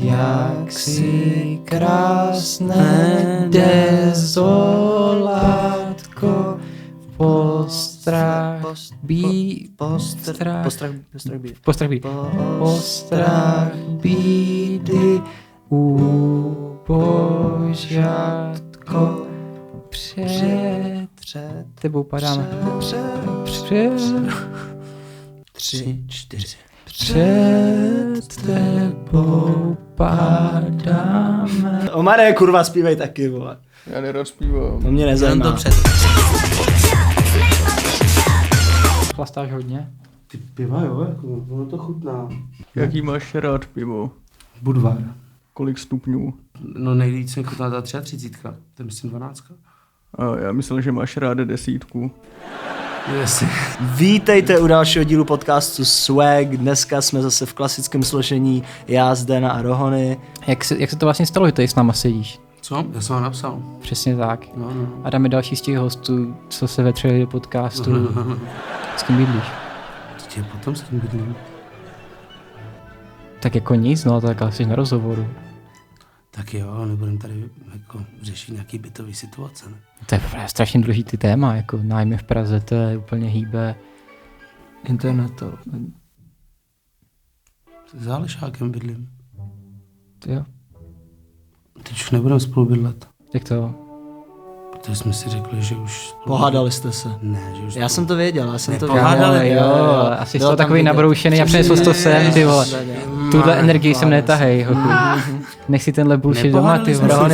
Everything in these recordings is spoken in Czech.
jak si krásné dezolátko postrach bídy ubožátko před tebou padáme. Tři, čtyři. Před tebou padáme. Omare, kurva, zpívej taky, vole. Já nerad zpívám. To mě nezajímá. To před. Chlastáš hodně? Ty piva, jo, jako, ono to chutná. Jaký máš rád pivo? Budvar. Kolik stupňů? No nejvíc mi chutná ta 33, to je myslím 12. A já myslel, že máš rád 10. Jestli. Vítejte u dalšího dílu podcastu Swag. Dneska jsme zase v klasickém složení já, Zdena a Rohony. Jak se to vlastně stalo, že tady s náma sedíš? Co? Já jsem vám napsal. Přesně tak. No. A dáme další z těch hostů, co se vetřeli do podcastu. S kým bydlíš? Teď je potom s tím bydlím. Tak jako nic, no, tak ale jsi na rozhovoru. Tak jo, nebudem tady jako řešit nějaký bytový situace, ne? To je strašně důležitý téma, jako nájmy v Praze, to je úplně hýbe. Internetu. S Zálešákem bydlím. To jo. Teď už nebudeme spolu bydlet. Jak to? Protože jsme si řekli, že už... Pohádali jste se. Ne, že už... Já jsem to věděl, Pohádali, jo. Asi jsi to takový nabroušený a přinesl jsi to sem, ty vole. Tuhle energii sem netahej, hochu. Nech si tenhle bullshit doma, ty vole.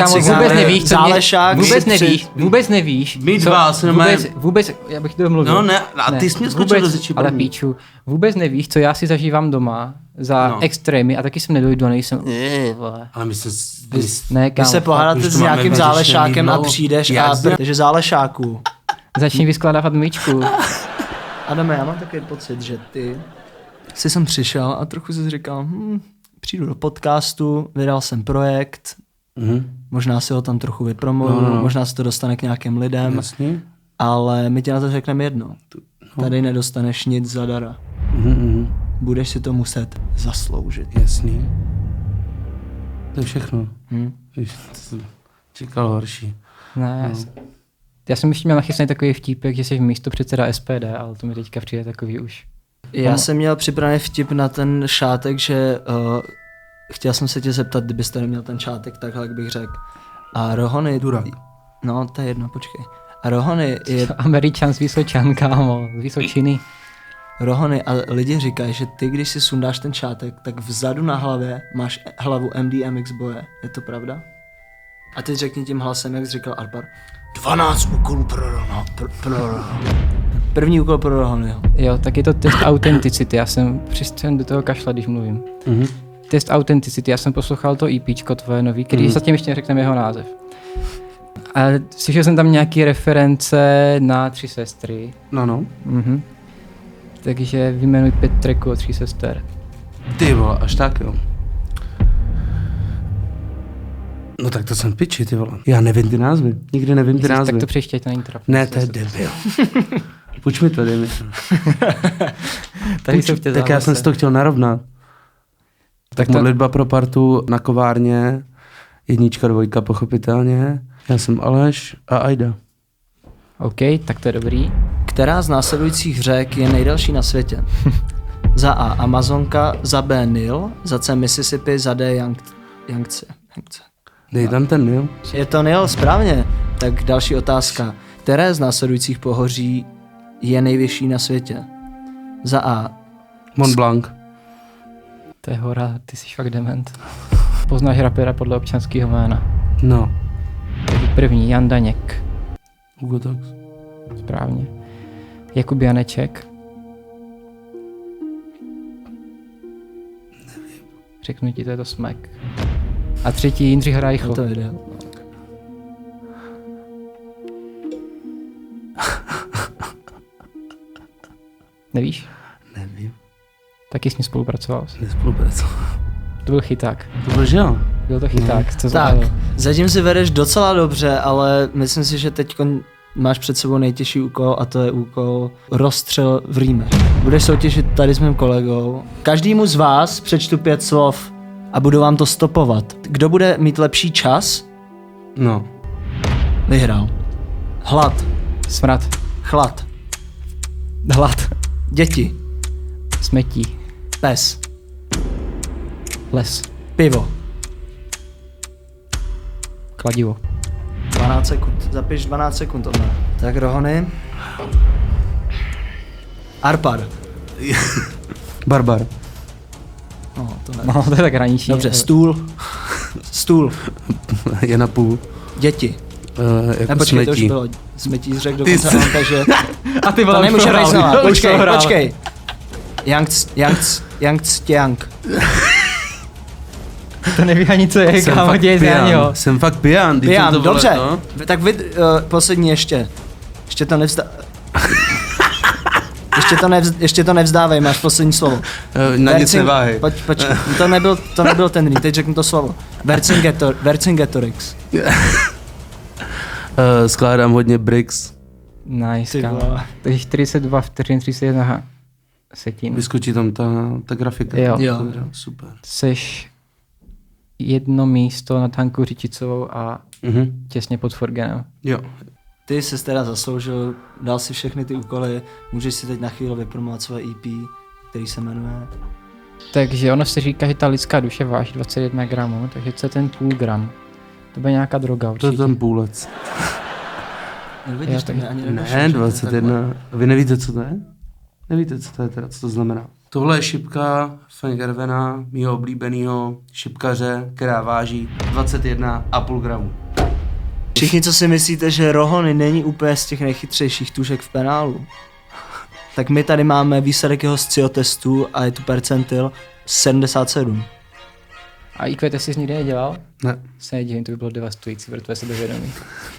Vůbec nevíš. My dva se nemají... Vůbec, já bych to domluvil. No ne, a ty jsi mě skočil do řeči. Ale píču, vůbec nevíš, co já si zažívám doma za extrémy a taky jsem nedojdu a nejsem, vole. Ale my se... Vy se pohádáte s nějakým Zálešákem a přijdeš takže Zálešáku. Začni vyskládávat myčku. Adame, já mám takový pocit, že ty jsi sem přišel a trochu jsi říkal, přijdu do podcastu, vydal jsem projekt, možná si ho tam trochu vypromuju, možná se to dostane k nějakým lidem, Jasně. ale my ti na to řekneme jedno. Tady nedostaneš nic zadara. Budeš si to muset zasloužit. Jasný. To je všechno. Víš, to jsem čekal horší. Ne, já jsem ještě měl nachystaný takový vtípek, že jsi místo předseda SPD, ale to mi teďka přijde takový už. Já jsem měl připravený vtip na ten šátek, že chtěl jsem se tě zeptat, kdybyste neměl ten šátek takhle, jak bych řekl. A Rohony... Durak. No, to je jedno, počkej. A Rohony je... Američan z Vysočan, kámo, z Vysočiny. Rohony, a lidi říkají, že ty, když si sundáš ten šátek, tak vzadu na hlavě máš hlavu MDMX boje. Je to pravda? A teď řekni tím hlasem, jak jsi říkal Arpar. 12 úkolů pro Rohony. První úkol pro Rohony. Jo, tak je to test autenticity, já jsem přestěn do toho kašla, když mluvím. Test autenticity, já jsem poslouchal to EPčko tvoje nový, který zatím ještě neřekneme jeho název. A slyšel jsem tam nějaký reference na 3 sestry. No. Takže vyjmenuj 5 tracků od 3 sester. Ty vole, až tak jo. No tak to jsem piči, ty vole. Já nevím ty názvy. Nikdy nevím ty názvy. Tak to příště, to není trap. Ne, to je debil. Půjč mi to, dej mi. Tak já jsem si to chtěl narovnat. Tak modlitba pro partu na kovárně. 1, 2, pochopitelně. Já jsem Aleš a Aida. OK, tak to je dobrý. Která z následujících řek je nejdelší na světě? Za A Amazonka, za B Nil, za C Mississippi, za D Yangtze. Dej tam ten Nil. Je to Nil, správně. Tak další otázka. Které z následujících pohoří je nejvyšší na světě? Za A Mont Blanc. To je hora, ty jsi fakt dement. Poznáš rapera podle občanského jména. No. První, Jan Daněk. Hugo Tax. Správně. Jakub Janeček. Nevím. Řeknu ti, to je to Smek. A třetí, Jindřich Hrajcho. to jde. Nevíš? Nevím. Taky s ním spolupracoval. Nespolupracoval. To byl chyták. To byl že jo? Byl to chyták. Co Tak, zatím si vedeš docela dobře, ale myslím si, že teď máš před sebou nejtěžší úkol a to je úkol rozstřel v rýmech. Budeš soutěžit tady s mým kolegou. Každému z vás přečtu 5 slov a budu vám to stopovat. Kdo bude mít lepší čas, No. vyhrál. Hlad, Smrad. chlad, Hlad. děti, Smetí. pes, Les. pivo. Kladivo. 12 sekund, zapiš 12 sekund tohle. Tak Rohony. Arpar. Barbar. No, to ne. No, to je tak hraniční. Dobře, stůl. Stůl. Je na půl. Děti. Jako Počkej, to už smetí. bylo. Smetí jsi řekl dokonce on, takže A ty to vole, nemůže být znova. Počkej, prohrál. počkej. Yang Tiang. To neví ani co je, Jsem kámo, fakt děj za pijan. něho. Jsem fakt pijan. vždyť Pijan, jsem to, vole, dobře. no. Tak vy, poslední ještě. Ještě to ještě to nevzdávej, máš poslední slovo. Na nic neváhej. Pojď, to nebyl ten rým, teď řeknu to slovo. Vercingetorix. Skládám hodně bricks. Nice, Ty kámo. vole. Takže 42 vteřin, 31 setin. Vyskočí tam ta grafika. Jo. Jo. Dobrá, super. Seš jedno místo nad Hankou Řičicovou a těsně pod Forgenem. Jo. Ty jsi teda zasloužil, dal si všechny ty úkoly, můžeš si teď na chvíli vypromovat své EP, který se jmenuje... Takže ono se říká, že ta lidská duše váží 21 gramů, takže co je ten půl gram? To bude nějaká droga To určitě. je ten půlec. Nevidíš, Jo, to tak- mě ani nedošlo, Ne, že to je 21. Vy nevíte, co to je? Nevíte, co to je teda, co to znamená? Tohle je šipka Frank Ervena, mýho oblíbenýho šipkaře, která váží 21,5 gramů. Všichni, co si myslíte, že Rohony není úplně z těch nejchytřejších tušek v penálu, tak my tady máme výsledek jeho sciotestu a je tu percentil 77. A IQ test jsi nikdy nedělal? Ne. Se nedivím, to by bylo devastující pro tvé sebevědomí.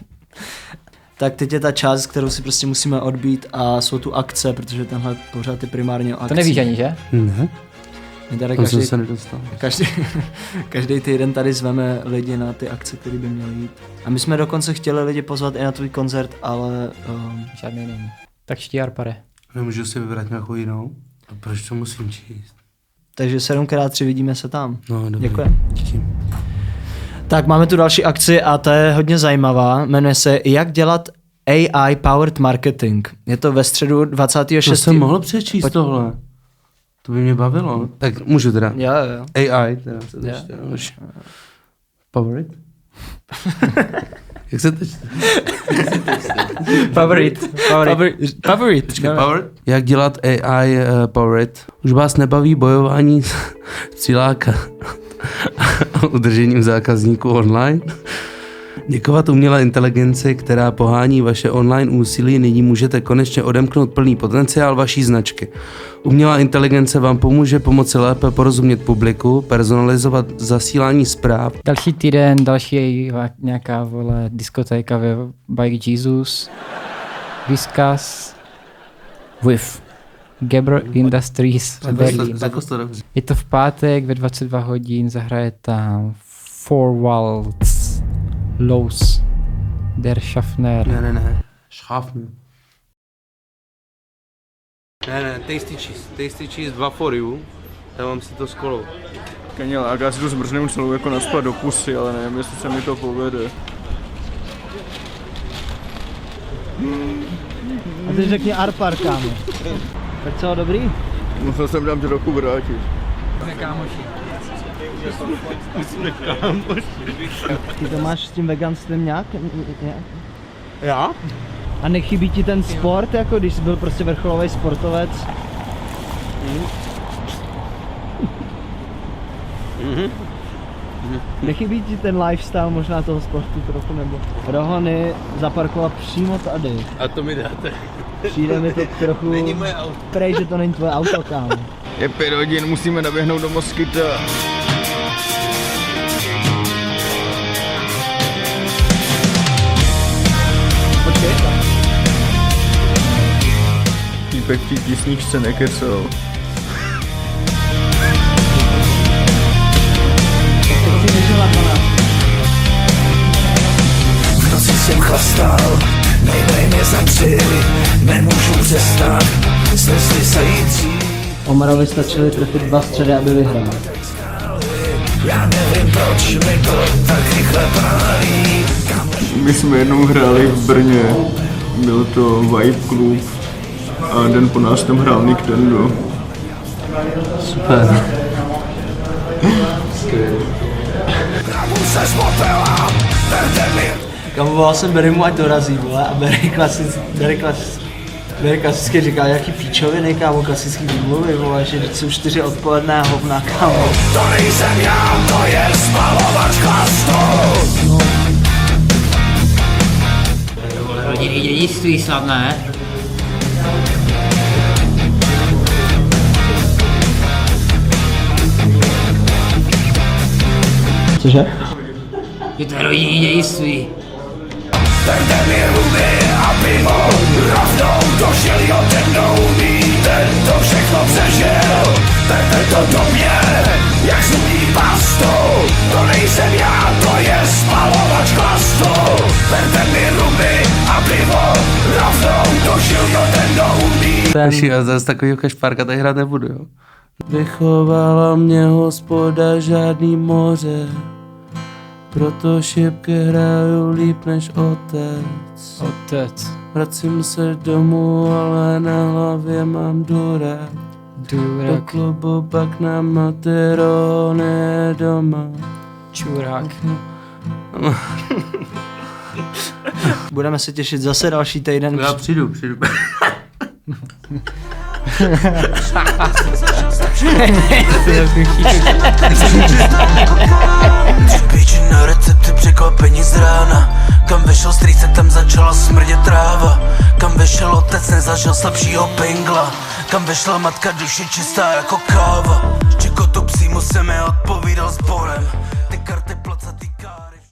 Tak teď je ta část, kterou si prostě musíme odbít a jsou tu akce, protože tenhle pořád je primárně o akcích. To nevíš ani, že? Ne? My tady Tam jsem se nedostal. každý týden tady zveme lidi na ty akce, které by měly jít. A my jsme dokonce chtěli lidi pozvat i na tvůj koncert, ale Žádný není. Tak čtí Arpare. Nemůžu si vybrat nějakou jinou? A proč to musím číst? takže 7x3 vidíme se tam. No, dobrý. Děkujem. Díky. Tak máme tu další akci a ta je hodně zajímavá. Jmenuje se Jak dělat AI Powered Marketing. Je to ve středu 26. To jsem mohl přečíst tohle. To by mě bavilo. Tak můžu teda. Jo. AI, teda se to Jo. čte, už. Power it? Jak se to čte? Favorit. Favorit. Power? Jak dělat AI Power it? Už vás nebaví bojování cíláka a udržením zákazníků online? Děkovat umělé inteligenci, která pohání vaše online úsilí, nyní můžete konečně odemknout plný potenciál vaší značky. Umělá inteligence vám pomůže pomoci lépe porozumět publiku, personalizovat zasílání zpráv. Další týden, další nějaká vole diskotéka ve Bike Jesus. Discuss with Gabber Industries v Berlín. Je to v pátek ve 22 hodin, zahraje tam Forwalds, Lows, Der Schaffner. Ne. Schaffner. Ne, Tasty Cheese 2 for you. Dávám si to s kolou. Keniel, a já si to zmrznu celou jako naspat do pusy, ale nevím, jestli se mi to povede. A ty řekni Arpar, kámo. Tak co, dobrý? Musel jsem tam trochu vrátit. Ty to máš s tím veganstvím nějak? Já? A nechybí ti ten sport, jako když jsi byl prostě vrcholový sportovec? Nechybí ti ten lifestyle možná toho sportu trochu, nebo Rohony zaparkovat přímo tady. A to mi dáte. Přijde mi to trochu... Není moje auto. Prej, že to není tvoje auto, kámo. Je 5 hodin, musíme naběhnout do Moskyta. Počkej. Týpek v té písničce nekecal. Teď si nežila na nás. V noci jsem chlastal, nejdej mě za 3, nemůžu přestat, slzy sající. Omarovi stačili trefit 2 středy, aby vyhrál. Já nevím, proč mi to tak rychle pálí. My jsme jednou hráli v Brně, byl to Vibe Club a den po nás tam hrál Nintendo. Super. Kamu volal jsem Berrymu, ať dorazí, vole, a Berry klasicky říká, jaký píčoviny, kámo, klasický výmluvy, vole, že vždyť jsou 4 odpoledne a hovna, kámo. To nejsem já, to je spalovač chlastu. Rodinný dědictví slavné. Cože? Je to rodinný dědictví. Berte mi ruby a pivo, rovnou došel, jo, ten neumí, ten to všechno přežil. Berte to do mě, jak zubní pastu, to nejsem já, to je spalovač chlastu. Berte mi ruby a pivo, rovnou došel, jo, ten neumí. Já zase takovýho kašpárka tady hrát nebudu, jo. Vychovala mě hospoda žádný moře, proto šipky hraju líp než otec. Otec. Vracím se domů, ale na hlavě mám durák. Do Důrak. klubu, pak na Materone doma. Čurák. Budeme se těšit zase další týden. Já přijdu. Píči na recepty překvapení z rána. Kam vešel strýce, tam začala smrdět tráva. Kam vešel otec, nezažil slabšího pingla. Kam vešla matka, duše čistá jako káva. Čekotu psímu se mi odpovídal sborem.